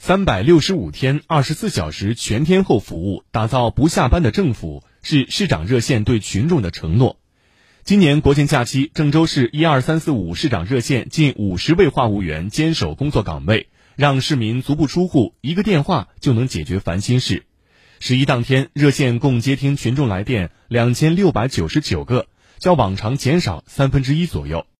365天24小时全天候服务，打造不下班的政府，是市长热线对群众的承诺。今年国庆假期，郑州市12345市长热线近50位话务员坚守工作岗位，让市民足不出户，一个电话就能解决烦心事。11当天，热线共接听群众来电2699个，较往常减少1/3左右。